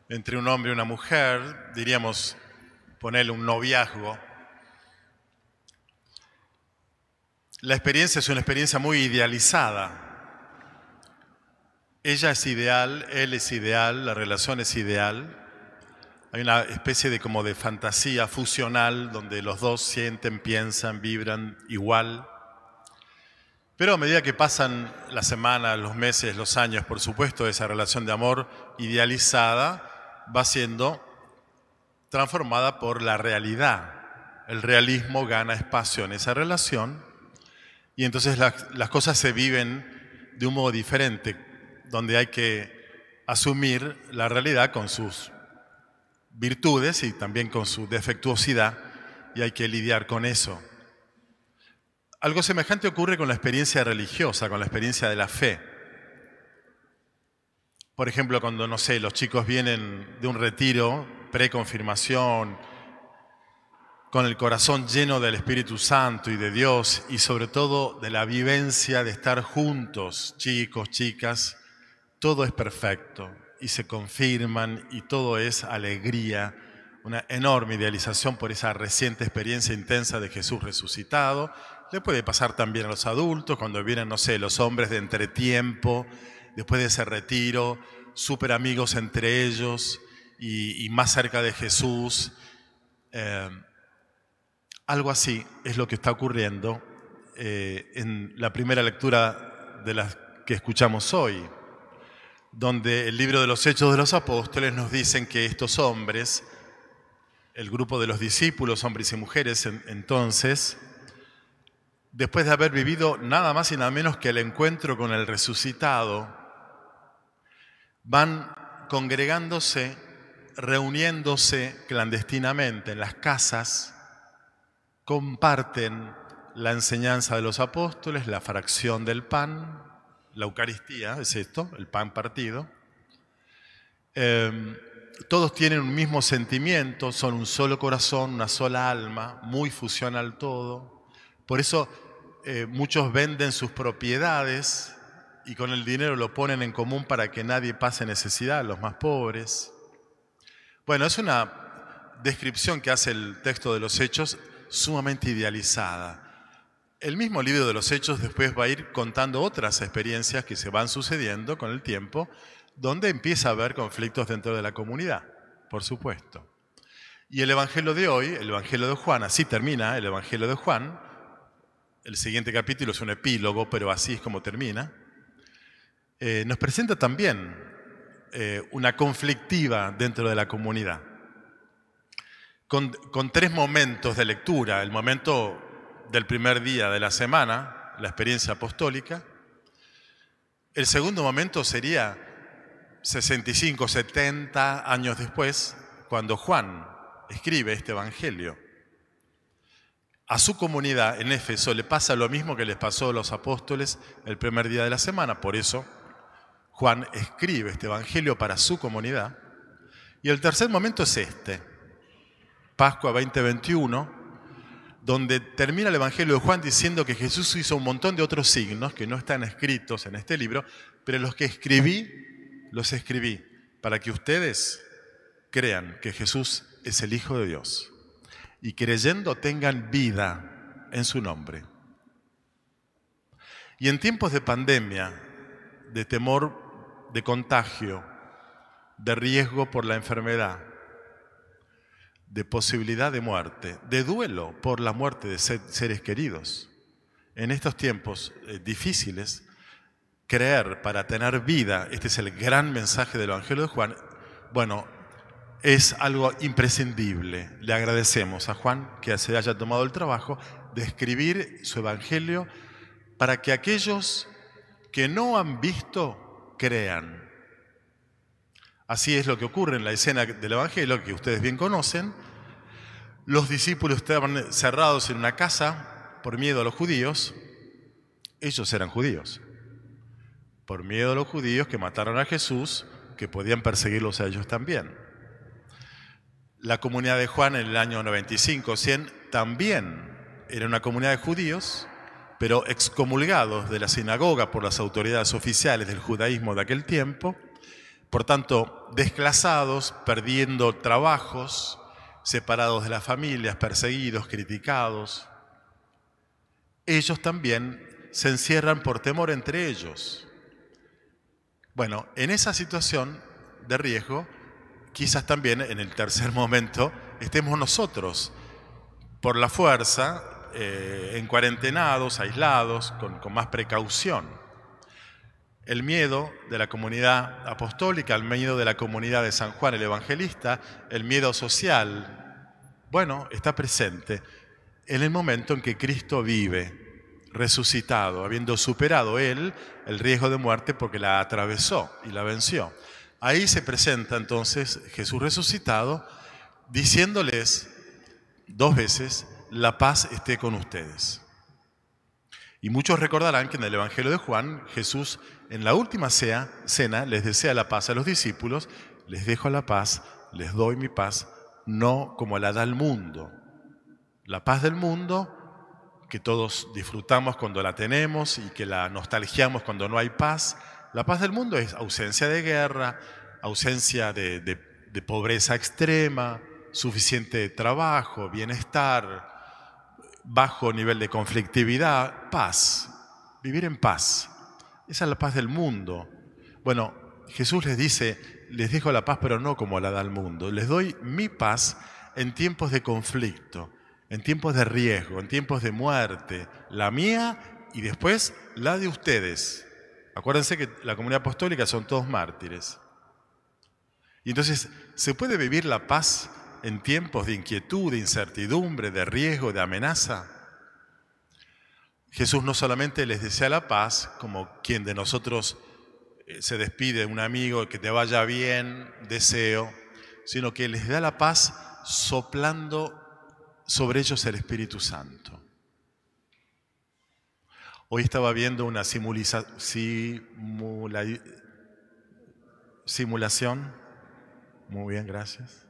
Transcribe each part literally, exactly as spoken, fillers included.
entre un hombre y una mujer, diríamos ponerle un noviazgo. La experiencia es una experiencia muy idealizada. Ella es ideal, él es ideal, la relación es ideal. Hay una especie de como de fantasía fusional donde los dos sienten, piensan, vibran igual. Pero a medida que pasan las semanas, los meses, los años, por supuesto, esa relación de amor idealizada va siendo transformada por la realidad. El realismo gana espacio en esa relación y entonces las, las cosas se viven de un modo diferente, donde hay que asumir la realidad con sus virtudes y también con su defectuosidad, y hay que lidiar con eso. Algo semejante ocurre con la experiencia religiosa, con la experiencia de la fe. Por ejemplo, cuando, no sé, los chicos vienen de un retiro, preconfirmación, con el corazón lleno del Espíritu Santo y de Dios, y sobre todo de la vivencia de estar juntos, chicos, chicas, todo es perfecto. Y se confirman y todo es alegría, una enorme idealización por esa reciente experiencia intensa de Jesús resucitado. Le puede pasar también a los adultos cuando vienen, no sé, los hombres de entretiempo, después de ese retiro, súper amigos entre ellos y, y más cerca de Jesús. Eh, algo así es lo que está ocurriendo eh, en la primera lectura de las que escuchamos hoy, donde el libro de los Hechos de los Apóstoles nos dicen que estos hombres, el grupo de los discípulos, hombres y mujeres, en, entonces, después de haber vivido nada más y nada menos que el encuentro con el resucitado, van congregándose, reuniéndose clandestinamente en las casas, comparten la enseñanza de los apóstoles, la fracción del pan. La Eucaristía es esto, el pan partido. Eh, todos tienen un mismo sentimiento, son un solo corazón, una sola alma, muy fusional todo. Por eso eh, muchos venden sus propiedades y con el dinero lo ponen en común para que nadie pase necesidad, los más pobres. Bueno, es una descripción que hace el texto de los Hechos sumamente idealizada. El mismo libro de los Hechos después va a ir contando otras experiencias que se van sucediendo con el tiempo, donde empieza a haber conflictos dentro de la comunidad, por supuesto. Y el Evangelio de hoy, el Evangelio de Juan, así termina el Evangelio de Juan. El siguiente capítulo es un epílogo, pero así es como termina. Eh, nos presenta también eh, una conflictiva dentro de la comunidad, con, con tres momentos de lectura. El momento del primer día de la semana, la experiencia apostólica. El segundo momento sería sesenta y cinco, setenta años después, cuando Juan escribe este evangelio. A su comunidad en Éfeso le pasa lo mismo que les pasó a los apóstoles el primer día de la semana. Por eso Juan escribe este evangelio para su comunidad. Y el tercer momento es este, Pascua veinte veintiuno, donde termina el Evangelio de Juan diciendo que Jesús hizo un montón de otros signos que no están escritos en este libro, pero los que escribí, los escribí para que ustedes crean que Jesús es el Hijo de Dios y creyendo tengan vida en su nombre. Y en tiempos de pandemia, de temor de contagio, de riesgo por la enfermedad, de posibilidad de muerte, de duelo por la muerte de seres queridos. En estos tiempos eh, difíciles, creer para tener vida, este es el gran mensaje del Evangelio de Juan, bueno, es algo imprescindible. Le agradecemos a Juan que se haya tomado el trabajo de escribir su Evangelio para que aquellos que no han visto crean. Así es lo que ocurre en la escena del Evangelio, que ustedes bien conocen. Los discípulos estaban cerrados en una casa por miedo a los judíos. Ellos eran judíos. Por miedo a los judíos que mataron a Jesús, que podían perseguirlos a ellos también. La comunidad de Juan en el año noventa y cinco, cien, también era una comunidad de judíos, pero excomulgados de la sinagoga por las autoridades oficiales del judaísmo de aquel tiempo, Por tanto, desclasados, perdiendo trabajos, separados de las familias, perseguidos, criticados, ellos también se encierran por temor entre ellos. Bueno, en esa situación de riesgo, quizás también en el tercer momento estemos nosotros, por la fuerza, eh, en cuarentenados, aislados, con, con más precaución. El miedo de la comunidad apostólica, el miedo de la comunidad de San Juan el Evangelista, el miedo social, bueno, está presente en el momento en que Cristo vive, resucitado, habiendo superado Él el riesgo de muerte porque la atravesó y la venció. Ahí se presenta entonces Jesús resucitado, diciéndoles dos veces, la paz esté con ustedes. Y muchos recordarán que en el Evangelio de Juan, Jesús en la última cena les desea la paz a los discípulos, les dejo la paz, les doy mi paz, no como la da el mundo. La paz del mundo, que todos disfrutamos cuando la tenemos y que la nostalgiamos cuando no hay paz. La paz del mundo es ausencia de guerra, ausencia de, de, de pobreza extrema, suficiente trabajo, bienestar, bajo nivel de conflictividad, paz, vivir en paz. Esa es la paz del mundo. Bueno, Jesús les dice, les dejo la paz, pero no como la da el mundo. Les doy mi paz en tiempos de conflicto, en tiempos de riesgo, en tiempos de muerte, la mía y después la de ustedes. Acuérdense que la comunidad apostólica son todos mártires. Y entonces, ¿se puede vivir la paz en tiempos de inquietud, de incertidumbre, de riesgo, de amenaza? Jesús no solamente les desea la paz, como quien de nosotros se despide de un amigo, que te vaya bien, deseo, sino que les da la paz soplando sobre ellos el Espíritu Santo. Hoy estaba viendo una simuliza, simula, simulación, muy bien, gracias,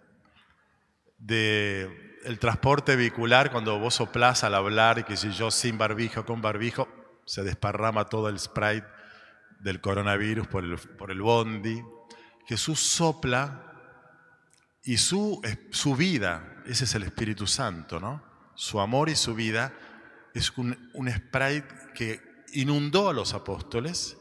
de el transporte vehicular cuando vos soplás al hablar y que si yo sin barbijo, con barbijo, se desparrama todo el Sprite del coronavirus por el, por el bondi. Jesús sopla y su, su vida, ese es el Espíritu Santo, ¿no? Su amor y su vida es un, un Sprite que inundó a los apóstoles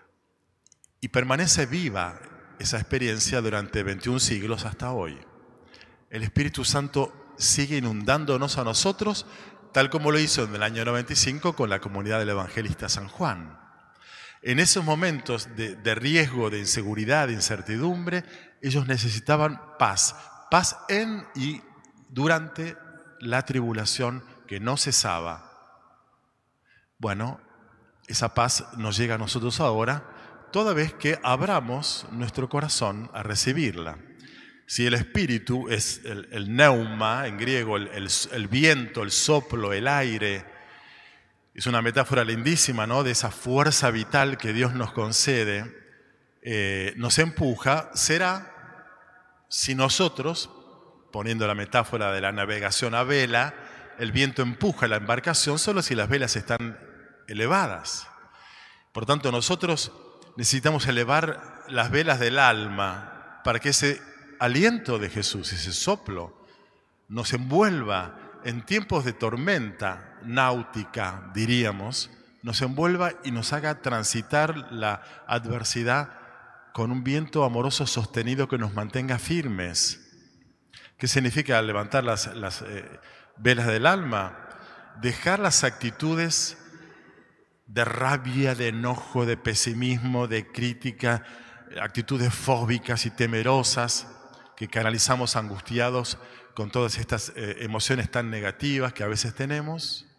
y permanece viva esa experiencia durante veintiún siglos hasta hoy. El Espíritu Santo sigue inundándonos a nosotros, tal como lo hizo en el año noventa y cinco con la comunidad del evangelista San Juan. En esos momentos de, de riesgo, de inseguridad, de incertidumbre, ellos necesitaban paz, paz en y durante la tribulación que no cesaba. Bueno, esa paz nos llega a nosotros ahora, toda vez que abramos nuestro corazón a recibirla. Si el espíritu es el, el neuma, en griego, el, el, el viento, el soplo, el aire, es una metáfora lindísima, ¿no?, de esa fuerza vital que Dios nos concede, eh, nos empuja, será si nosotros, poniendo la metáfora de la navegación a vela, el viento empuja la embarcación solo si las velas están elevadas. Por tanto, nosotros necesitamos elevar las velas del alma para que ese aliento de Jesús, ese soplo, nos envuelva en tiempos de tormenta náutica, diríamos, nos envuelva y nos haga transitar la adversidad con un viento amoroso sostenido que nos mantenga firmes. ¿Qué significa levantar las, las eh, velas del alma? Dejar las actitudes de rabia, de enojo, de pesimismo, de crítica, actitudes fóbicas y temerosas que canalizamos angustiados con todas estas eh, emociones tan negativas que a veces tenemos,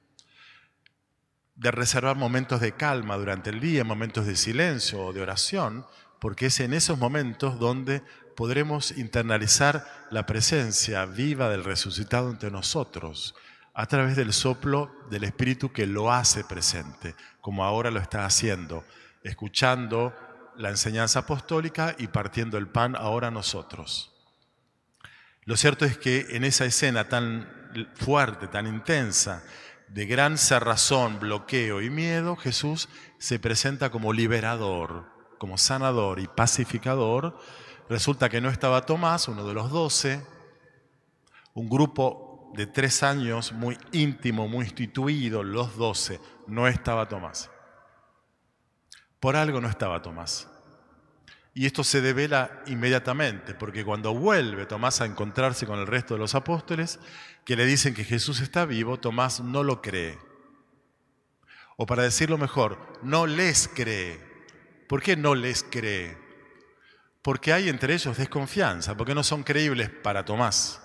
de reservar momentos de calma durante el día, momentos de silencio o de oración, porque es en esos momentos donde podremos internalizar la presencia viva del resucitado entre nosotros, a través del soplo del Espíritu que lo hace presente, como ahora lo está haciendo, escuchando la enseñanza apostólica y partiendo el pan ahora nosotros. Lo cierto es que en esa escena tan fuerte, tan intensa, de gran cerrazón, bloqueo y miedo, Jesús se presenta como liberador, como sanador y pacificador, resulta que no estaba Tomás, uno de los doce, un grupo de tres años muy íntimo, muy instituido, los doce, no estaba Tomás. Por algo no estaba Tomás. Y esto se devela inmediatamente, porque cuando vuelve Tomás a encontrarse con el resto de los apóstoles, que le dicen que Jesús está vivo, Tomás no lo cree. O para decirlo mejor, no les cree. ¿Por qué no les cree? Porque hay entre ellos desconfianza, porque no son creíbles para Tomás.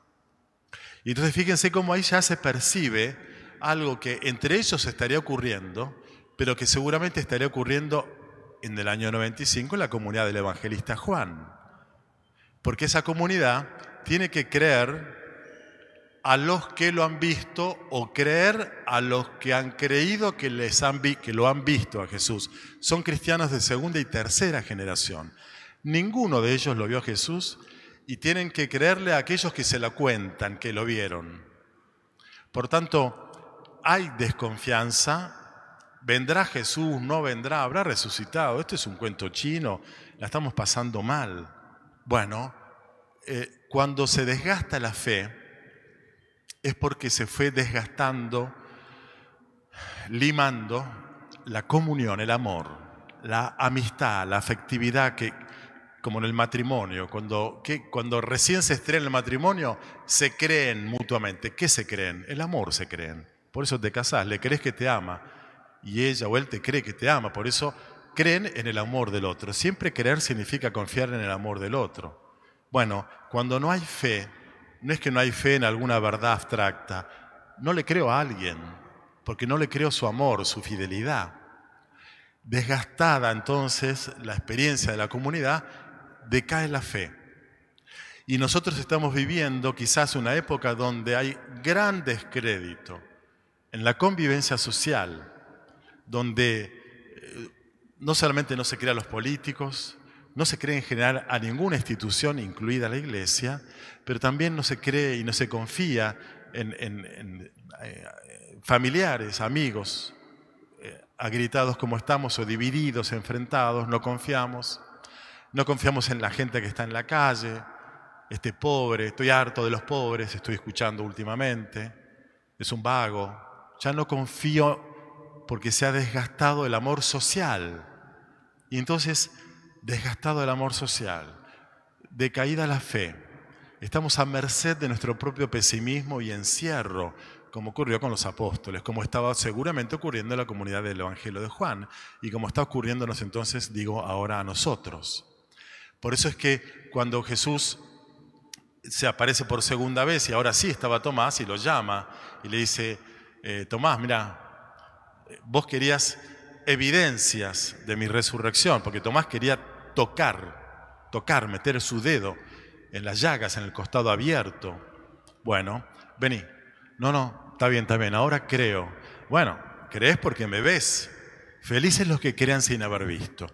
Y entonces fíjense cómo ahí ya se percibe algo que entre ellos estaría ocurriendo, pero que seguramente estaría ocurriendo en el año noventa y cinco en la comunidad del evangelista Juan. Porque esa comunidad tiene que creer a los que lo han visto o creer a los que han creído que, les han vi, que lo han visto a Jesús. Son cristianos de segunda y tercera generación. Ninguno de ellos lo vio a Jesús y tienen que creerle a aquellos que se lo cuentan, que lo vieron. Por tanto, hay desconfianza. ¿Vendrá Jesús? ¿No vendrá? ¿Habrá resucitado? Esto es un cuento chino, la estamos pasando mal. Bueno, eh, cuando se desgasta la fe, es porque se fue desgastando, limando la comunión, el amor, la amistad, la afectividad, que, como en el matrimonio, cuando, que, cuando recién se estrena el matrimonio, se creen mutuamente. ¿Qué se creen? El amor se creen. Por eso te casás, le crees que te ama. Y ella o él te cree que te ama, por eso creen en el amor del otro. Siempre creer significa confiar en el amor del otro. Bueno, cuando no hay fe, no es que no hay fe en alguna verdad abstracta, no le creo a alguien, porque no le creo su amor, su fidelidad. Desgastada entonces la experiencia de la comunidad, decae la fe. Y nosotros estamos viviendo quizás una época donde hay gran descrédito en la convivencia social, donde eh, no solamente no se cree a los políticos, no se cree en general a ninguna institución, incluida la Iglesia, pero también no se cree y no se confía en, en, en eh, familiares, amigos, eh, agritados como estamos o divididos, enfrentados, no confiamos. No confiamos en la gente que está en la calle, este pobre, estoy harto de los pobres, estoy escuchando últimamente, es un vago, ya no confío porque se ha desgastado el amor social. Y entonces, desgastado el amor social, decaída la fe, estamos a merced de nuestro propio pesimismo y encierro, como ocurrió con los apóstoles, como estaba seguramente ocurriendo en la comunidad del Evangelio de Juan, y como está ocurriéndonos entonces, digo, ahora a nosotros. Por eso es que cuando Jesús se aparece por segunda vez, y ahora sí estaba Tomás, y lo llama, y le dice, eh, Tomás, mira, vos querías evidencias de mi resurrección, porque Tomás quería tocar, tocar, meter su dedo en las llagas, en el costado abierto. Bueno, vení. No, no, está bien, está bien, ahora creo. Bueno, crees porque me ves. Felices los que crean sin haber visto.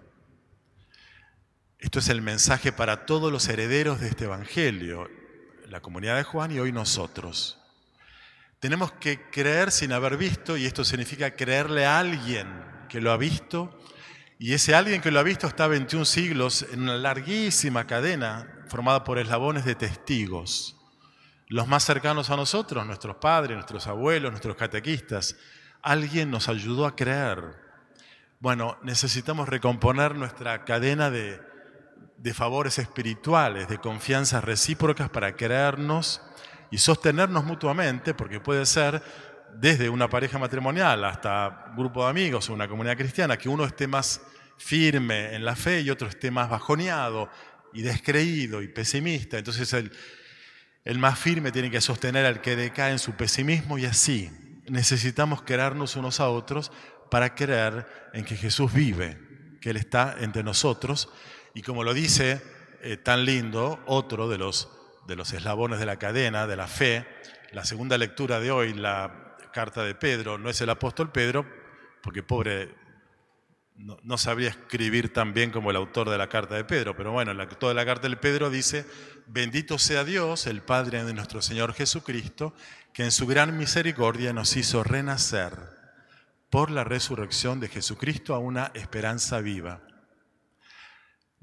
Esto es el mensaje para todos los herederos de este Evangelio, la comunidad de Juan y hoy nosotros. Tenemos que creer sin haber visto, y esto significa creerle a alguien que lo ha visto, y ese alguien que lo ha visto está veintiún siglos en una larguísima cadena formada por eslabones de testigos. Los más cercanos a nosotros, nuestros padres, nuestros abuelos, nuestros catequistas, alguien nos ayudó a creer. Bueno, necesitamos recomponer nuestra cadena de, de favores espirituales, de confianzas recíprocas para creernos y sostenernos mutuamente, porque puede ser desde una pareja matrimonial hasta un grupo de amigos o una comunidad cristiana, que uno esté más firme en la fe y otro esté más bajoneado y descreído y pesimista. Entonces el, el más firme tiene que sostener al que decae en su pesimismo, y así necesitamos querernos unos a otros para creer en que Jesús vive, que Él está entre nosotros, y como lo dice eh, tan lindo otro de los de los eslabones de la cadena, de la fe, la segunda lectura de hoy, la carta de Pedro, no es el apóstol Pedro, porque pobre, no, no sabría escribir tan bien como el autor de la carta de Pedro, pero bueno, la, toda la carta de Pedro dice, bendito sea Dios, el Padre de nuestro Señor Jesucristo, que en su gran misericordia nos hizo renacer por la resurrección de Jesucristo a una esperanza viva.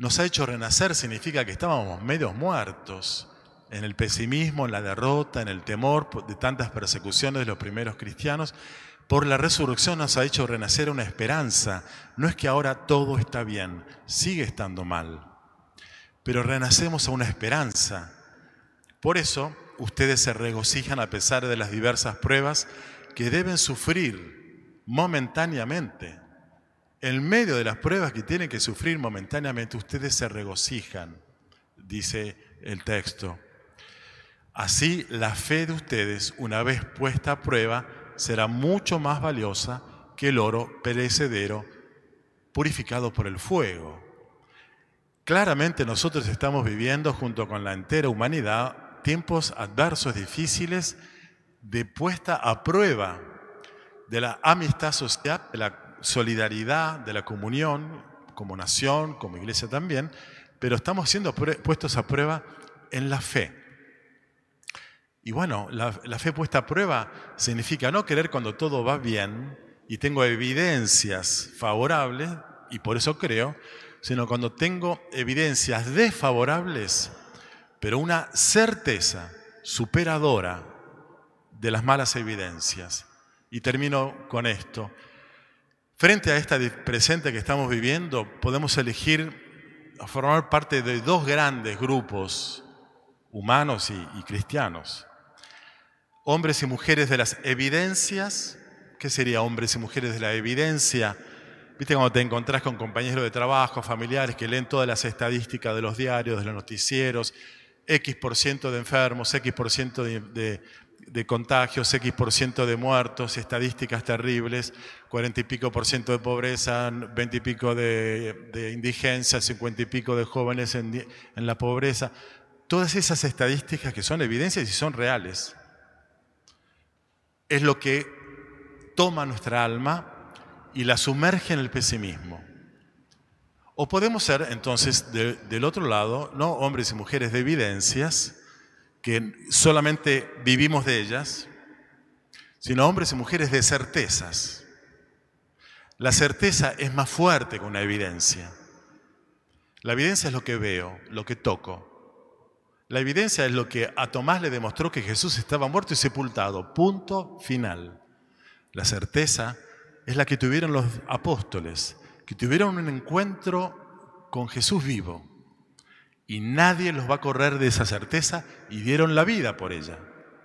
nos ha hecho renacer significa que estábamos medios muertos en el pesimismo, en la derrota, en el temor de tantas persecuciones de los primeros cristianos. Por la resurrección nos ha hecho renacer una esperanza. No es que ahora todo está bien, sigue estando mal, pero renacemos a una esperanza. Por eso ustedes se regocijan a pesar de las diversas pruebas que deben sufrir momentáneamente. En medio de las pruebas que tienen que sufrir momentáneamente, ustedes se regocijan, dice el texto. Así, la fe de ustedes, una vez puesta a prueba, será mucho más valiosa que el oro perecedero purificado por el fuego. Claramente nosotros estamos viviendo, junto con la entera humanidad, tiempos adversos, difíciles, de puesta a prueba de la amistad social, de la solidaridad, de la comunión, como nación, como iglesia también, pero estamos siendo puestos a prueba en la fe. Y bueno, la, la fe puesta a prueba significa no querer cuando todo va bien y tengo evidencias favorables, y por eso creo, sino cuando tengo evidencias desfavorables, pero una certeza superadora de las malas evidencias. Y termino con esto. Frente a este presente que estamos viviendo, podemos elegir formar parte de dos grandes grupos humanos y, y cristianos. Hombres y mujeres de las evidencias. ¿Qué sería hombres y mujeres de la evidencia? Viste cuando te encontrás con compañeros de trabajo, familiares que leen todas las estadísticas de los diarios, de los noticieros, X por ciento de enfermos, X por ciento de, de, de contagios, X por ciento de muertos, estadísticas terribles, cuarenta y pico por ciento de pobreza, veinte y pico de, de indigencia, cincuenta y pico de jóvenes en, en la pobreza. Todas esas estadísticas que son evidencias y son reales. Es lo que toma nuestra alma y la sumerge en el pesimismo. O podemos ser entonces de, del otro lado, no hombres y mujeres de evidencias, que solamente vivimos de ellas, sino hombres y mujeres de certezas. La certeza es más fuerte que una evidencia. La evidencia es lo que veo, lo que toco. La evidencia es lo que a Tomás le demostró que Jesús estaba muerto y sepultado. Punto final. La certeza es la que tuvieron los apóstoles, que tuvieron un encuentro con Jesús vivo. Y nadie los va a correr de esa certeza y dieron la vida por ella.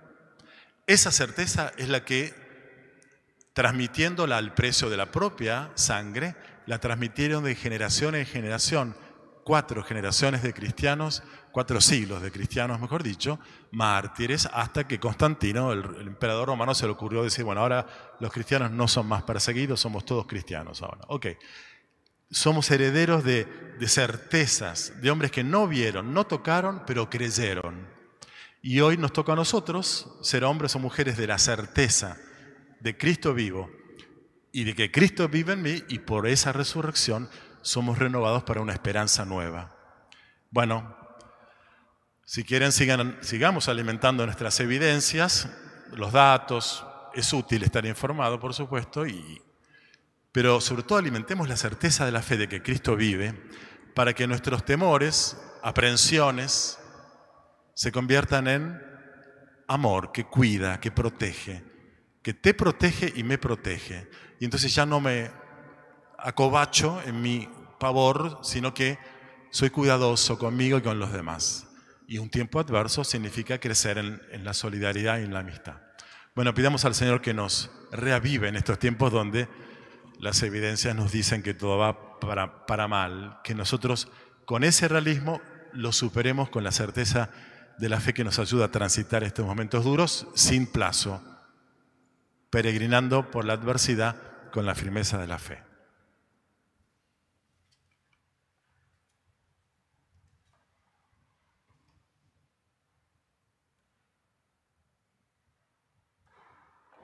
Esa certeza es la que, transmitiéndola al precio de la propia sangre, la transmitieron de generación en generación. Cuatro generaciones de cristianos, cuatro siglos de cristianos, mejor dicho, mártires, hasta que Constantino, el, el emperador romano, se le ocurrió decir, bueno, ahora los cristianos no son más perseguidos, somos todos cristianos ahora. Ok. Somos herederos de, de certezas, de hombres que no vieron, no tocaron, pero creyeron. Y hoy nos toca a nosotros ser hombres o mujeres de la certeza de Cristo vivo y de que Cristo vive en mí, y por esa resurrección somos renovados para una esperanza nueva. Bueno, si quieren sigan, sigamos alimentando nuestras evidencias, los datos, es útil estar informado, por supuesto, y pero sobre todo alimentemos la certeza de la fe de que Cristo vive, para que nuestros temores, aprehensiones, se conviertan en amor que cuida, que protege, que te protege y me protege. Y entonces ya no me acobacho en mi pavor, sino que soy cuidadoso conmigo y con los demás. Y un tiempo adverso significa crecer en, en la solidaridad y en la amistad. Bueno, pidamos al Señor que nos reavive en estos tiempos donde las evidencias nos dicen que todo va para, para mal, que nosotros con ese realismo lo superemos con la certeza de la fe que nos ayuda a transitar estos momentos duros sin plazo, peregrinando por la adversidad con la firmeza de la fe.